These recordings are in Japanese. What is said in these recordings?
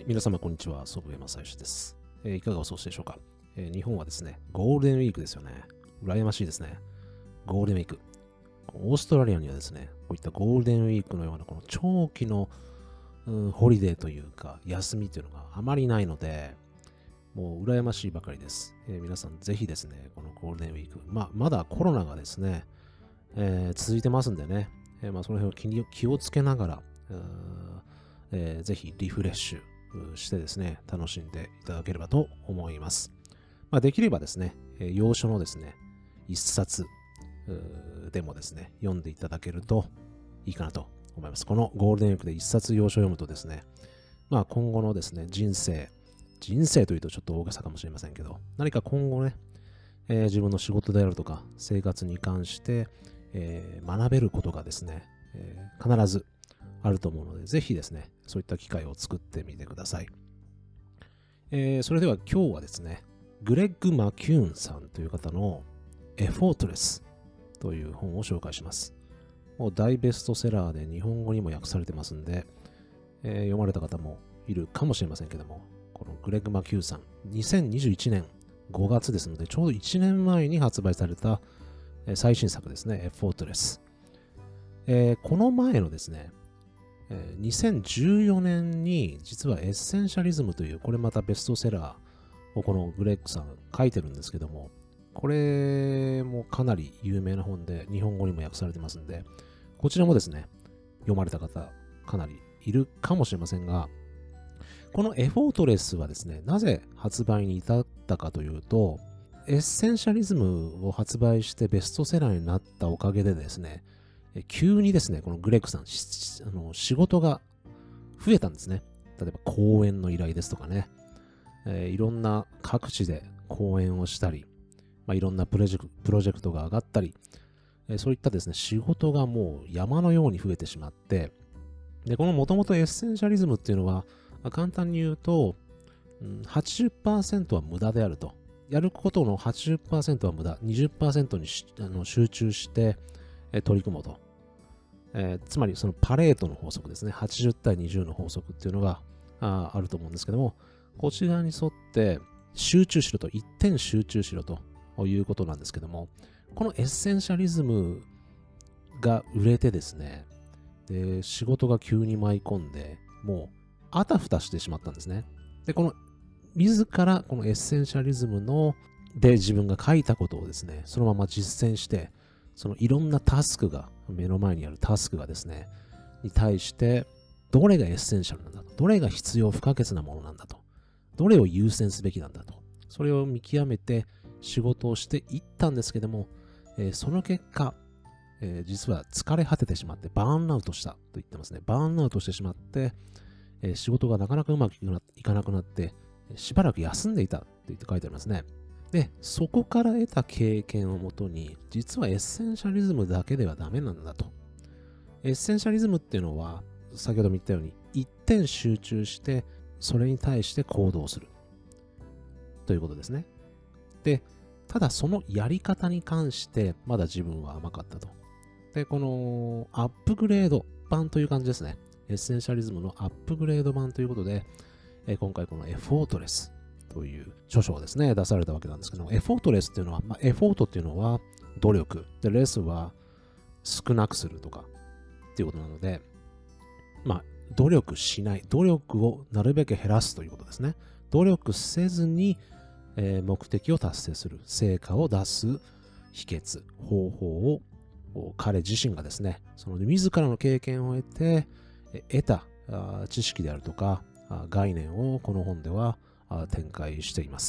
皆様こんにちは、祖父江正義です。いかがお過ごしでしょうか。日本はですね、ゴールデンウィークですよね。羨ましいですね。ゴールデンウィーク。オーストラリアにはですね、こういったゴールデンウィークのようなこの長期の、ホリデーというか、休みというのがあまりないので、もう羨ましいばかりです。皆さんぜひですね、このゴールデンウィーク、まだコロナがですね、続いてますんでね、その辺を気をつけながら、ぜひリフレッシュしてですね、楽しんでいただければと思います。できればですね、洋書のですね、一冊でもですね、読んでいただけるといいかなと思います。このゴールデンウィークで一冊洋書を読むとですね、今後のですね、人生というとちょっと大げさかもしれませんけど、何か今後ね、自分の仕事であるとか生活に関して、学べることがですね、必ずあると思うので、ぜひですね、そういった機会を作ってみてください。それでは今日はですね、グレッグ・マキューンさんという方のエフォートレスという本を紹介します。もう大ベストセラーで日本語にも訳されてますんで、読まれた方もいるかもしれませんけども、このグレッグ・マキューンさん、2021年5月ですので、ちょうど1年前に発売された最新作ですね、エフォートレス。この前のですね、2014年に実はエッセンシャリズムというこれまたベストセラーをこのグレッグさん書いてるんですけども、これもかなり有名な本で日本語にも訳されてますんで、こちらもですね、読まれた方かなりいるかもしれませんが、このエフォートレスはですね、なぜ発売に至ったかというと、エッセンシャリズムを発売してベストセラーになったおかげでですね、急にですね、このグレッグさん、仕事が増えたんですね。例えば講演の依頼ですとかね、いろんな各地で講演をしたり、いろんなプロジェクトが上がったり、そういったですね、仕事がもう山のように増えてしまって、で、このもともとエッセンシャリズムっていうのは、簡単に言うと、80% は無駄であると。やることの 80% は無駄、20% に集中して取り組もうと。つまりそのパレートの法則ですね。80対20の法則っていうのがあると思うんですけども、こちらに沿って集中しろと、一点集中しろということなんですけども、このエッセンシャリズムが売れてですね、で、仕事が急に舞い込んで、もうあたふたしてしまったんですね。で、自らこのエッセンシャリズムで自分が書いたことをですね、そのまま実践して、そのいろんなタスクが、目の前にあるタスクがですね、に対して、どれがエッセンシャルなんだと、どれが必要不可欠なものなんだと、どれを優先すべきなんだと、それを見極めて仕事をしていったんですけども、その結果、実は疲れ果ててしまってバーンアウトしたと言ってますね。バーンアウトしてしまって、仕事がなかなかうまくいかなくなって、しばらく休んでいたと言って書いてありますね。で、そこから得た経験をもとに、実はエッセンシャリズムだけではダメなんだと。エッセンシャリズムっていうのは、先ほども言ったように、一点集中して、それに対して行動する。ということですね。で、ただそのやり方に関して、まだ自分は甘かったと。で、このアップグレード版という感じですね。エッセンシャリズムのアップグレード版ということで、今回このエフォートレスという著書をですね、出されたわけなんですけど、エフォートレスっていうのは、エフォートっていうのは努力、で、レスは少なくするとかっていうことなので、努力しない、努力をなるべく減らすということですね。努力せずに、目的を達成する、成果を出す秘訣、方法を彼自身がですね、その自らの経験を得て、得た知識であるとか概念をこの本では展開しています。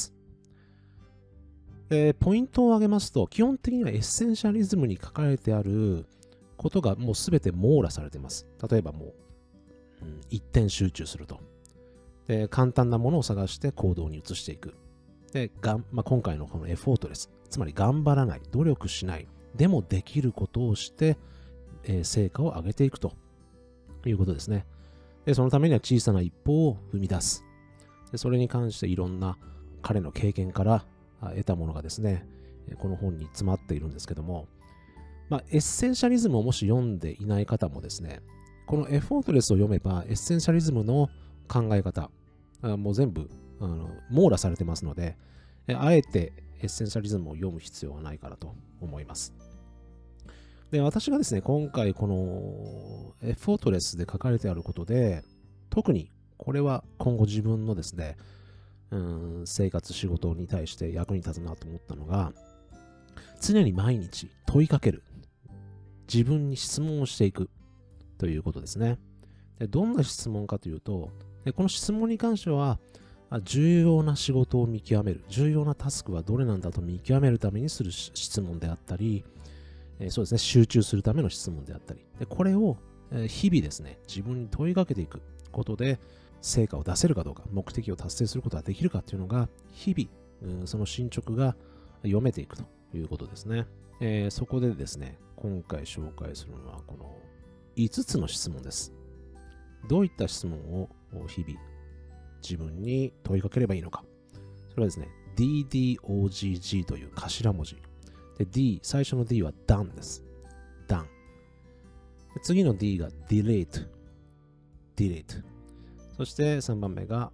ポイントを挙げますと、基本的にはエッセンシャリズムに書かれてあることがもうすべて網羅されています。例えばもう、一点集中すると。で、簡単なものを探して行動に移していく。で、今回のこのエフォートレス、つまり頑張らない、努力しない、でもできることをして、成果を上げていくということですね。で、そのためには小さな一歩を踏み出す。で、それに関していろんな彼の経験から得たものがですね、この本に詰まっているんですけども、エッセンシャリズムをもし読んでいない方もですね、このエフォートレスを読めば、エッセンシャリズムの考え方、 もう全部網羅されてますので、あえてエッセンシャリズムを読む必要はないからと思います。で、私がですね、今回このエフォートレスで書かれてあることで、特にこれは今後自分のですね、生活、仕事に対して役に立つなと思ったのが、常に毎日問いかける。自分に質問をしていくということですね。で、どんな質問かというと、この質問に関しては、重要な仕事を見極める、重要なタスクはどれなんだと見極めるためにする質問であったり、そうですね、集中するための質問であったり、でこれを日々ですね、自分に問いかけていくことで、成果を出せるかどうか、目的を達成することができるかっていうのが、日々、その進捗が読めていくということですね。そこでですね、今回紹介するのは、この5つの質問です。どういった質問を日々自分に問いかければいいのか。それはですね、DDOGG という頭文字。で、最初の D は done です。done。次の D が delete。そして3番目が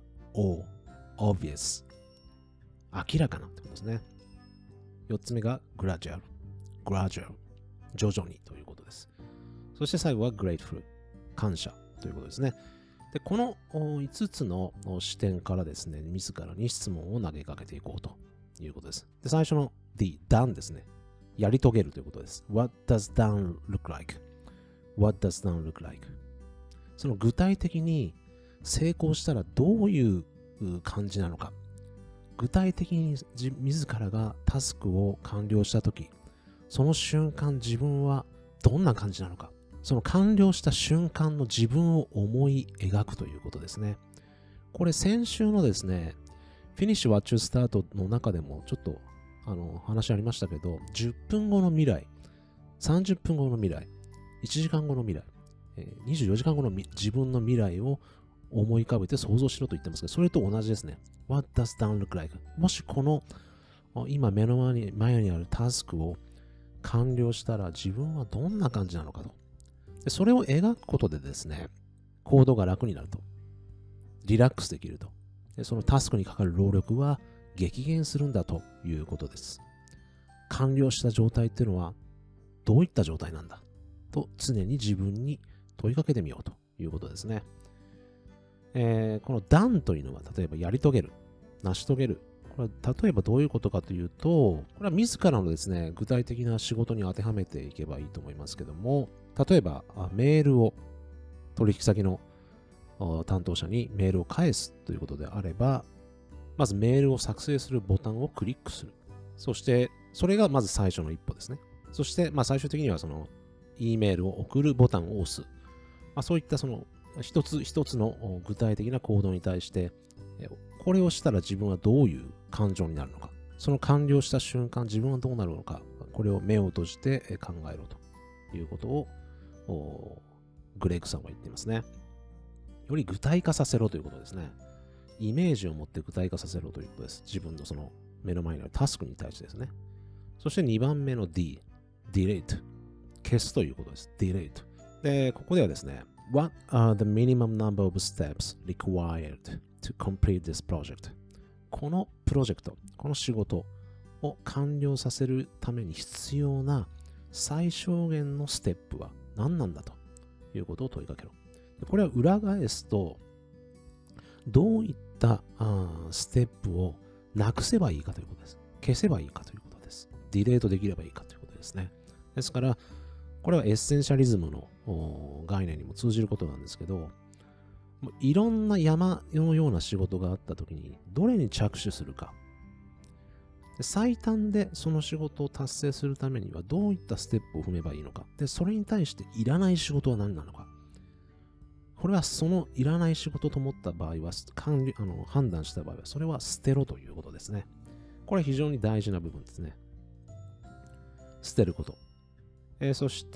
obvious。明らかなってことですね。4つ目が gradual。徐々にということです。そして最後は grateful。感謝ということですね。で、この5つの視点からですね、自らに質問を投げかけていこうということです。で、最初の D、done ですね。やり遂げるということです。What does done look like? What does done look like? その具体的に成功したらどういう感じなのか。具体的に自らがタスクを完了したとき、その瞬間自分はどんな感じなのか。その完了した瞬間の自分を思い描くということですね。これ先週のですね、Finish What You Start の中でもちょっと話ありましたけど、10分後の未来、30分後の未来、1時間後の未来、24時間後の自分の未来を思い浮かべて想像しろと言ってますけど、それと同じですね。What does done look like? もしこの今目の前にあるタスクを完了したら自分はどんな感じなのかと。でそれを描くことでですね、行動が楽になると。リラックスできると。でそのタスクにかかる労力は激減するんだということです。完了した状態っていうのはどういった状態なんだと常に自分に問いかけてみようということですね。この done というのは例えばやり遂げる、成し遂げる。これは例えばどういうことかというと、これは自らのですね、具体的な仕事に当てはめていけばいいと思いますけども、例えばメールを取引先の担当者にメールを返すということであれば、まずメールを作成するボタンをクリックする。そして、それがまず最初の一歩ですね。そして、最終的にはその E メールを送るボタンを押す。そういったその一つ一つの具体的な行動に対して、これをしたら自分はどういう感情になるのか。その完了した瞬間、自分はどうなるのか。これを目を閉じて考えろということをグレイグさんは言っていますね。より具体化させろということですね。イメージを持って具体化させろということです。自分のその目の前にあるタスクに対してですね。そして2番目の D、delete。消すということです。delete。で、ここではですね、What are the minimum number of steps required to complete this project? このプロジェクト、この仕事を完了させるために必要な最小限のステップは何なんだということを問いかけろ。これは裏返すと、どういったステップをなくせばいいかということです。消せばいいかということです。ディレートできればいいかということですね。ですから、これはエッセンシャリズムの概念にも通じることなんですけど、いろんな山のような仕事があったときに、どれに着手するか。最短でその仕事を達成するためにはどういったステップを踏めばいいのか。で、それに対していらない仕事は何なのか。これはそのいらない仕事と思った場合は、判断した場合は、それは捨てろということですね。これは非常に大事な部分ですね。捨てること。そして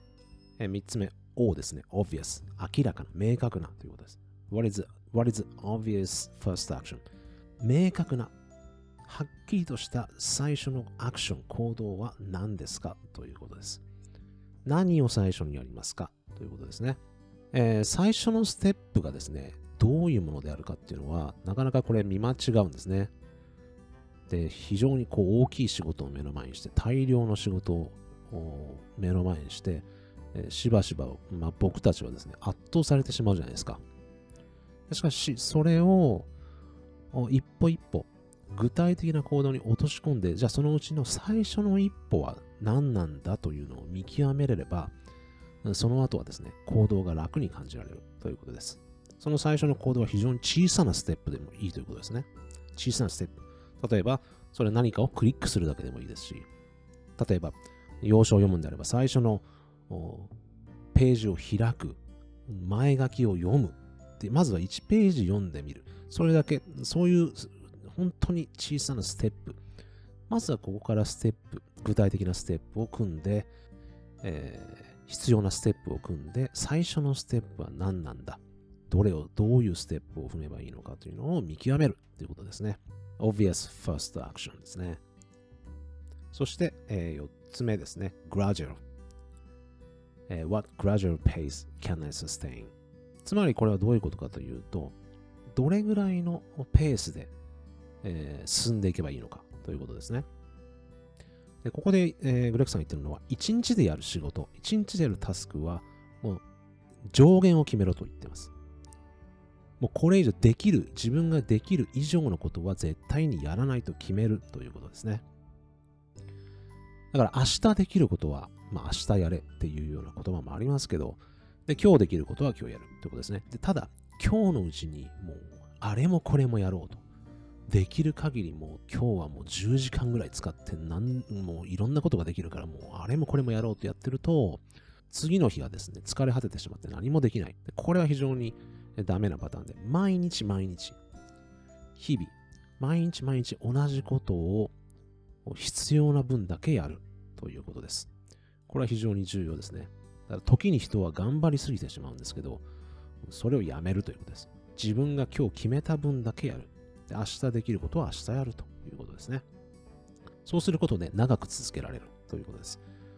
、3つ目、O ですね。obvious。明らかな、明確なということです。What is obvious first action? 明確な、はっきりとした最初のアクション、行動は何ですかということです。何を最初にやりますかということですね。最初のステップがですね、 どういうものであるかっていうのは、なかなかこれ見間違うんですね。で、非常に大きい仕事を目の前にして、大量の仕事を目の前にして、しばしば、僕たちはですね、圧倒されてしまうじゃないですか。しかし、それを一歩一歩、具体的な行動に落とし込んで、じゃあそのうちの最初の一歩は何なんだというのを見極めれれば、その後はですね、行動が楽に感じられるということです。その最初の行動は非常に小さなステップでもいいということですね。小さなステップ。例えば、それ何かをクリックするだけでもいいですし、例えば、要所を読むんであれば、最初のページを開く、前書きを読む。で、まずは1ページ読んでみる。それだけ、そういう本当に小さなステップ。まずはここからステップ、具体的なステップを組んで、必要なステップを組んで、最初のステップは何なんだ。どういうステップを踏めばいいのかというのを見極めるということですね。obvious first action ですね。そして、4つ目ですね。gradual。what gradual pace can I sustain？ つまりこれはどういうことかというと、どれぐらいのペースで、進んでいけばいいのかということですね。でここで、グレッグさんが言ってるのは、1日でやる仕事、1日でやるタスクは、もう上限を決めろと言ってます。もうこれ以上自分ができる以上のことは絶対にやらないと決めるということですね。だから明日できることは、明日やれっていうような言葉もありますけど、で今日できることは今日やるということですね。でただ、今日のうちにもうあれもこれもやろうと。できる限りもう今日はもう10時間ぐらい使ってもういろんなことができるからもうあれもこれもやろうとやってると、次の日はですね、疲れ果ててしまって何もできない。これは非常にダメなパターンで、毎日、日々、毎日同じことを必要な分だけやるということです。これは非常に重要ですね。だから時に人は頑張りすぎてしまうんですけど、それをやめるということです。自分が今日決めた分だけやる。で明日できることは明日やるということですね。そうすることで長く続けられるということです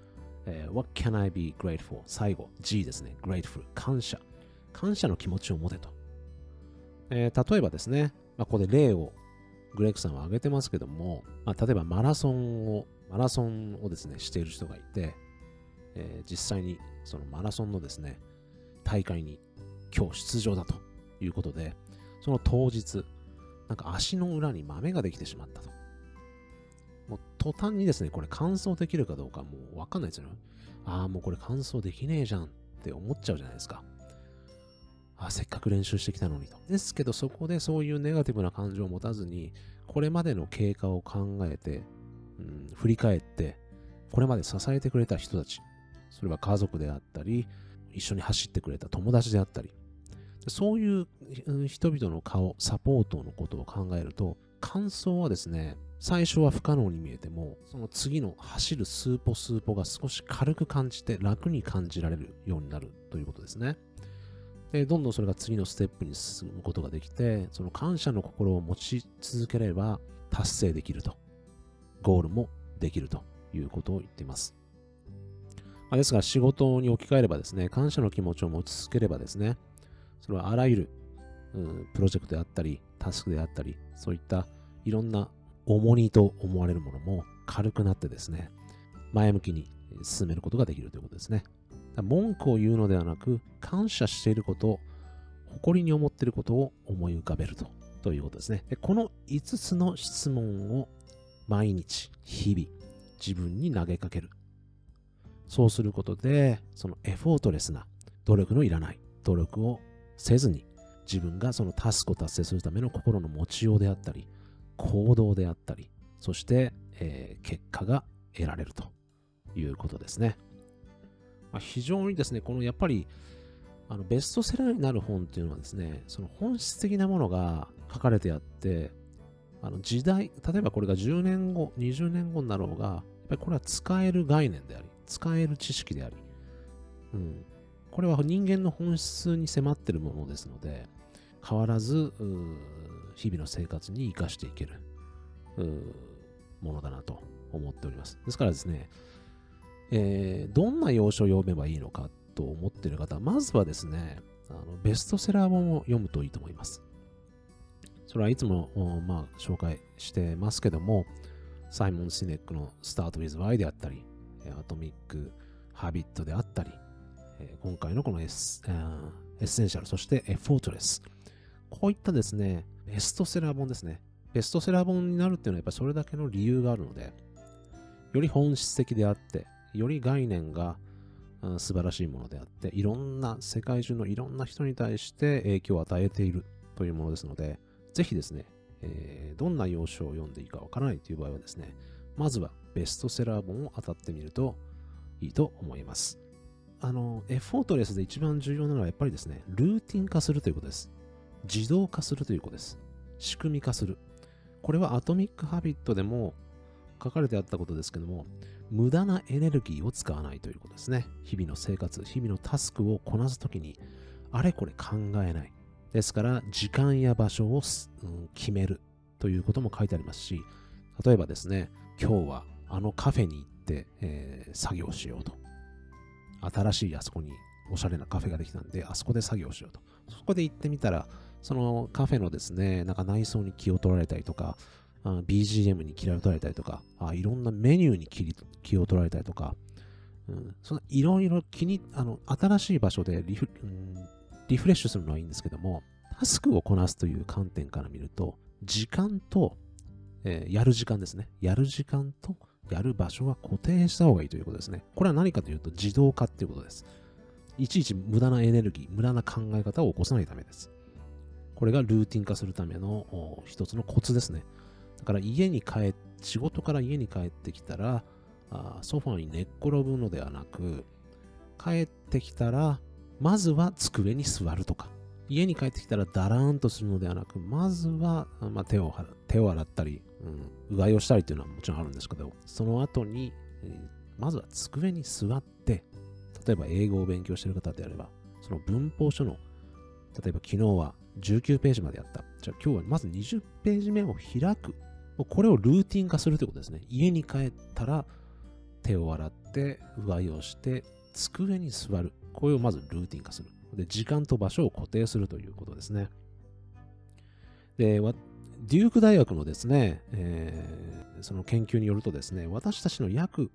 。What can I be grateful? 最後、G ですね。grateful。感謝。感謝の気持ちを持てと。例えばですね、ここで例をグレッグさんは挙げてますけども、例えばマラソンをですね、している人がいて、実際にそのマラソンのですね、大会に今日出場だということで、その当日、なんか足の裏に豆ができてしまったと。もう途端にですね、これ完走できるかどうかもうわかんないですよね。もうこれ完走できねえじゃんって思っちゃうじゃないですか。せっかく練習してきたのにと。ですけどそこでそういうネガティブな感情を持たずに、これまでの経過を考えて、振り返って、これまで支えてくれた人たち、それは家族であったり、一緒に走ってくれた友達であったり、そういう人々の顔、サポートのことを考えると、完走はですね、最初は不可能に見えても、その次の走る数歩が少し軽く感じて楽に感じられるようになるということですね。で、どんどんそれが次のステップに進むことができて、その感謝の心を持ち続ければ達成できると。ゴールもできるということを言っています。ですが仕事に置き換えればですね、感謝の気持ちを持ち続ければですね、それはあらゆる、プロジェクトであったり、タスクであったり、そういったいろんな重荷と思われるものも軽くなってですね、前向きに進めることができるということですね。文句を言うのではなく、感謝していること、誇りに思っていることを思い浮かべるということですね。でこの5つの質問を毎日、日々、自分に投げかける。そうすることで、そのエフォートレスな努力のいらない努力をせずに、自分がそのタスクを達成するための心の持ちようであったり、行動であったり、そして、結果が得られるということですね。非常にですね、このやっぱりベストセラーになる本っていうのはですね、その本質的なものが書かれてあって、時代、例えばこれが10年後、20年後になろうが、やっぱりこれは使える概念であり、使える知識であり、これは人間の本質に迫っているものですので、変わらず日々の生活に生かしていけるものだなと思っております。ですからですね、どんな要所を読めばいいのかと思っている方は、まずはですね、 ベストセラー本を読むといいと思います。それはいつも、紹介してますけども、サイモン・シネックの Start with Why であったり、アトミック・ハビットであったり、今回のこのエッセンシャル、そしてエフォートレス。こういったですね、ベストセラー本ですね。ベストセラー本になるっていうのはやっぱりそれだけの理由があるので、より本質的であって、より概念が素晴らしいものであって、世界中のいろんな人に対して影響を与えているというものですので、ぜひですね、どんな要所を読んでいいかわからないという場合はですね、まずはベストセラー本を当たってみるといいと思います。エフォートレスで一番重要なのはやっぱりですね、ルーティン化するということです。自動化するということです。仕組み化する。これはアトミック・ハビットでも書かれてあったことですけども、無駄なエネルギーを使わないということですね。日々の生活、日々のタスクをこなすときに、あれこれ考えない。ですから、時間や場所を、決めるということも書いてありますし、例えばですね、今日はあのカフェに行って、作業しようと。新しいあそこにおしゃれなカフェができたんで、あそこで作業しようと。そこで行ってみたら、そのカフェのですね、なんか内装に気を取られたりとか、BGM に気を取られたりとか、いろんなメニューに気を取られたりとか、そのいろいろ新しい場所でリフレッシュするのはいいんですけども、タスクをこなすという観点から見ると、時間と、やる時間ですね。やる時間とやる場所は固定した方がいいということですね。これは何かというと自動化っていうことです。いちいち無駄なエネルギー、無駄な考え方を起こさないためです。これがルーティン化するための一つのコツですね。だから仕事から家に帰ってきたら、ソファに寝っ転ぶのではなく、帰ってきたら、まずは机に座るとか、家に帰ってきたらダラーンとするのではなく、まずは、手を洗ったり、うがいをしたりというのはもちろんあるんですけど、その後に、まずは机に座って、例えば英語を勉強している方であれば、その文法書の、例えば昨日は19ページまでやった。じゃあ今日はまず20ページ目を開く。これをルーティン化するということですね。家に帰ったら手を洗って、うがいをして、机に座る。これをまずルーティン化する。で、時間と場所を固定するということですね。で、デューク大学のですね、その研究によるとですね、私たちの約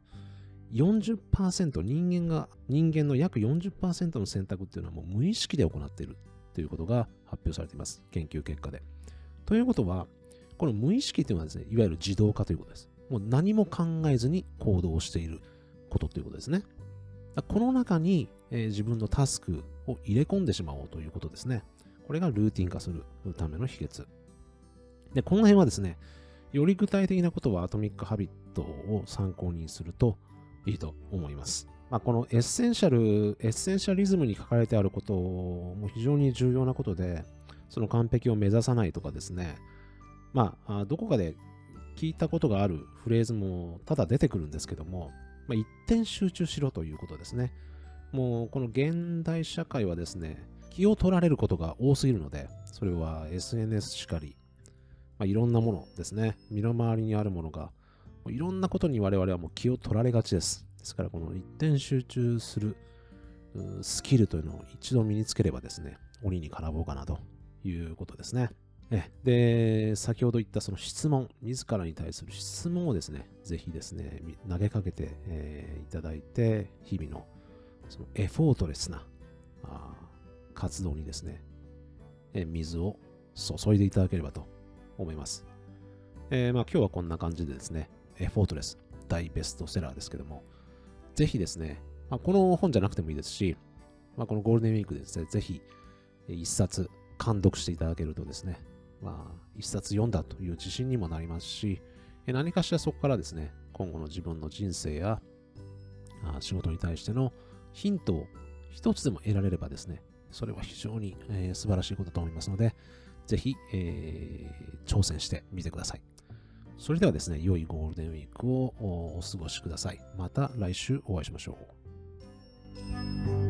40%、人間の約 40% の選択っていうのはもう無意識で行っているということが発表されています。研究結果で。ということは、この無意識というのはですね、いわゆる自動化ということです。もう何も考えずに行動していることということですね。この中に、自分のタスクを入れ込んでしまおうということですね。これがルーティン化するための秘訣。で、この辺はですね、より具体的なことはアトミック・ハビットを参考にするといいと思います。このエッセンシャリズムに書かれてあることも非常に重要なことで、その完璧を目指さないとかですね、どこかで聞いたことがあるフレーズも多々出てくるんですけども、一点集中しろということですね。もうこの現代社会はですね、気を取られることが多すぎるので、それは SNS しかり、いろんなものですね、身の回りにあるものが、いろんなことに我々はもう気を取られがちです。ですからこの一点集中するスキルというのを一度身につければですね、鬼に金棒かなということですね。で、先ほど言ったその質問、自らに対する質問をですね、ぜひですね、投げかけて、いただいて、日々のそのエフォートレスな活動にですね、水を注いでいただければと思います。今日はこんな感じでですね、エフォートレス大ベストセラーですけども、ぜひですね、この本じゃなくてもいいですし、このゴールデンウィークでですね、ぜひ一冊監読していただけるとですね、一冊読んだという自信にもなりますし、何かしらそこからですね、今後の自分の人生や仕事に対してのヒントを一つでも得られればですね、それは非常に素晴らしいことだと思いますので、ぜひ挑戦してみてください。それではですね、良いゴールデンウィークをお過ごしください。また来週お会いしましょう。